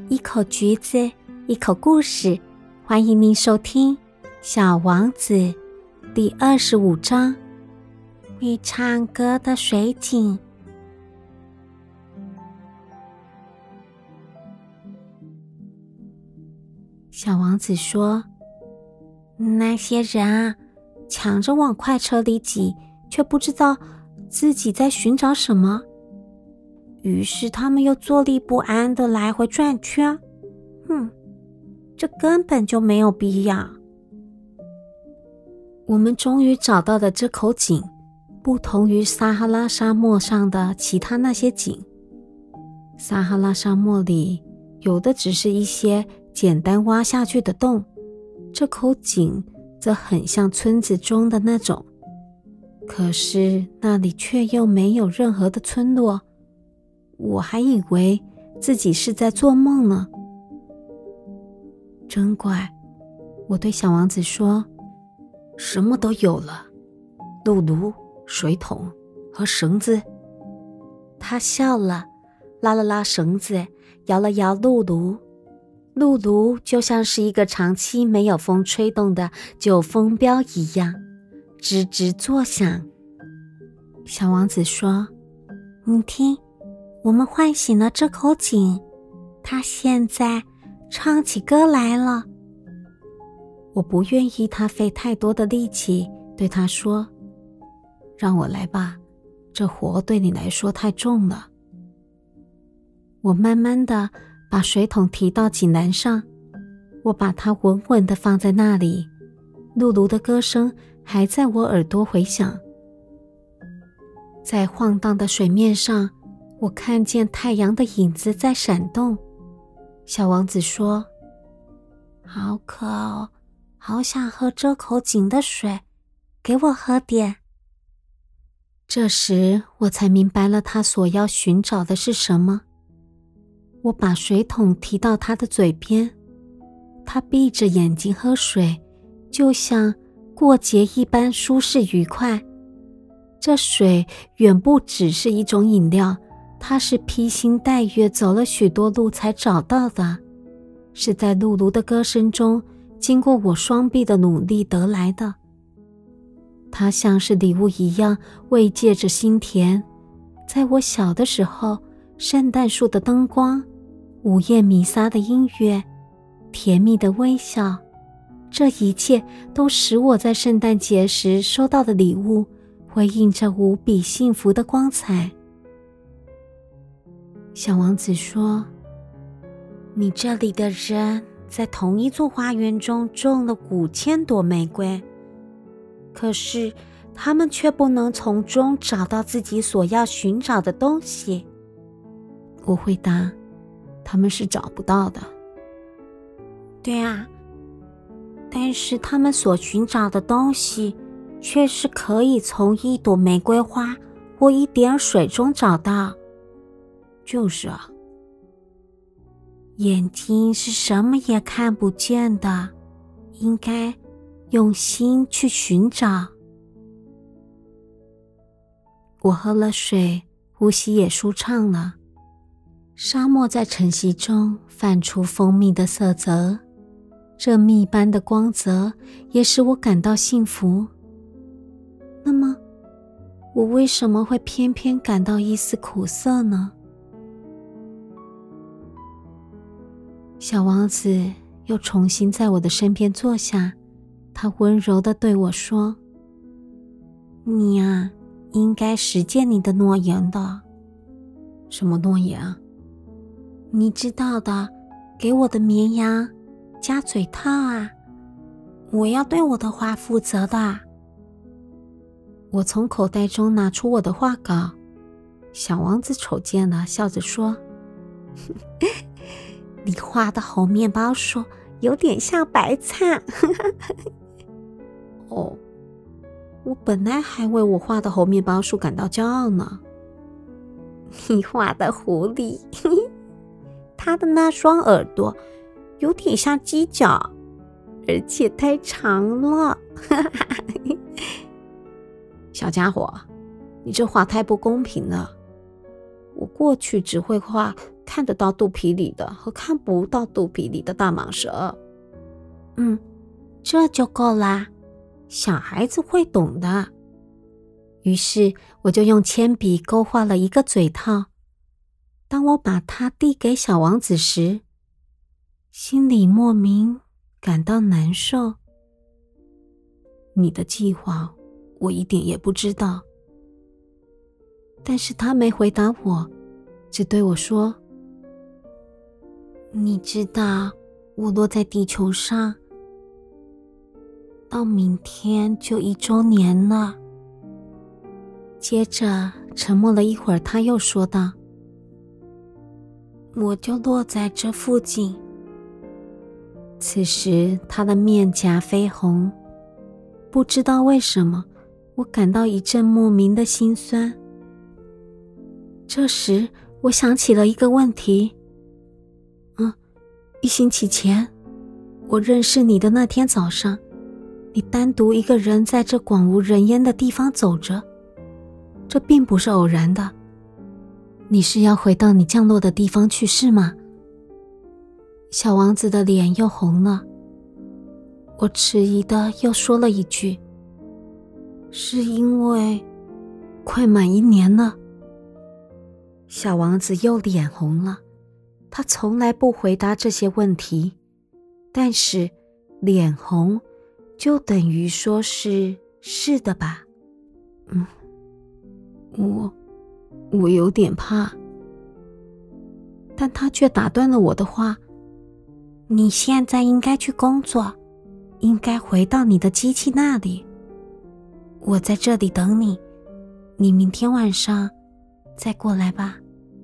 一口橘子，一口故事，欢迎您收听《小王子》第25章，会唱歌的水井。小王子说，那些人啊，抢着往快车里挤，却不知道自己在寻找什么。于是他们又坐立不安地来回转圈。这根本就没有必要。我们终于找到的这口井，不同于撒哈拉沙漠上的其他那些井。撒哈拉沙漠里有的只是一些简单挖下去的洞，这口井则很像村子中的那种，可是那里却又没有任何的村落。我还以为自己是在做梦呢。真怪，我对小王子说，什么都有了，露炉、水桶和绳子。他笑了，拉了拉绳子，摇了摇露炉。露炉就像是一个长期没有风吹动的旧风标一样，吱吱作响。小王子说，你听，我们唤醒了这口井，它现在唱起歌来了。我不愿意他费太多的力气，对他说，让我来吧，这活对你来说太重了。我慢慢地把水桶提到井栏上，我把它稳稳地放在那里，露露的歌声还在我耳朵回响。在晃荡的水面上，我看见太阳的影子在闪动。小王子说，好渴哦，好想喝这口井的水，给我喝点。这时我才明白了他所要寻找的是什么。我把水桶提到他的嘴边，他闭着眼睛喝水，就像过节一般舒适愉快。这水远不只是一种饮料，它是披星戴月走了许多路才找到的，是在露露的歌声中经过我双臂的努力得来的。它像是礼物一样慰藉着心田。在我小的时候，圣诞树的灯光，午夜弥撒的音乐，甜蜜的微笑，这一切都使我在圣诞节时收到的礼物回应着无比幸福的光彩。小王子说，你这里的人在同一座花园中种了5000朵玫瑰，可是他们却不能从中找到自己所要寻找的东西。我回答，他们是找不到的。对啊，但是他们所寻找的东西却是可以从一朵玫瑰花或一点水中找到。就是啊，眼睛是什么也看不见的，应该用心去寻找。我喝了水，呼吸也舒畅了。沙漠在晨曦中泛出蜂蜜的色泽，这蜜般的光泽也使我感到幸福。那么，我为什么会偏偏感到一丝苦涩呢？小王子又重新在我的身边坐下，他温柔地对我说，你呀，应该实践你的诺言的。什么诺言啊？你知道的，给我的绵羊加嘴套啊，我要对我的话负责的。我从口袋中拿出我的画稿，小王子瞅见了，笑着说，你画的红面包树有点像白菜。哦，我本来还为我画的红面包树感到骄傲呢。你画的狐狸，它的那双耳朵有点像鸡脚，而且太长了。小家伙，你这画太不公平了。我过去只会画看得到肚皮里的和看不到肚皮里的大蟒蛇。这就够啦，小孩子会懂的。于是我就用铅笔勾画了一个嘴套。当我把它递给小王子时，心里莫名感到难受。你的计划我一点也不知道。但是他没回答我，只对我说，你知道我落在地球上到明天就1周年了。接着沉默了一会儿，他又说道，我就落在这附近。此时他的面颊绯红，不知道为什么，我感到一阵莫名的心酸。这时我想起了一个问题。1星期前，我认识你的那天早上，你单独一个人在这广无人烟的地方走着，这并不是偶然的。你是要回到你降落的地方去，是吗？小王子的脸又红了。我迟疑的又说了一句，是因为快满1年了。小王子又脸红了。他从来不回答这些问题，但是脸红就等于说是的吧。我有点怕。但他却打断了我的话，你现在应该去工作，应该回到你的机器那里。我在这里等你，你明天晚上再过来吧。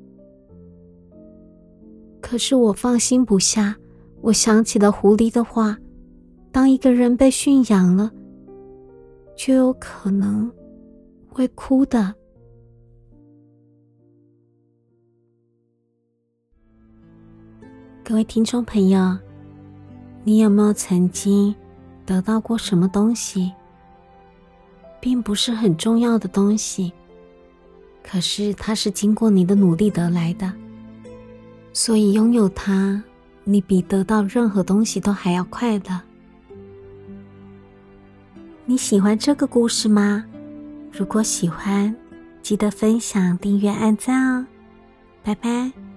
可是我放心不下，我想起了狐狸的话，当一个人被驯养了，就有可能会哭的。各位听众朋友，你有没有曾经得到过什么东西，并不是很重要的东西，可是它是经过你的努力得来的，所以拥有它，你比得到任何东西都还要快乐。你喜欢这个故事吗？如果喜欢，记得分享、订阅、按赞哦。拜拜。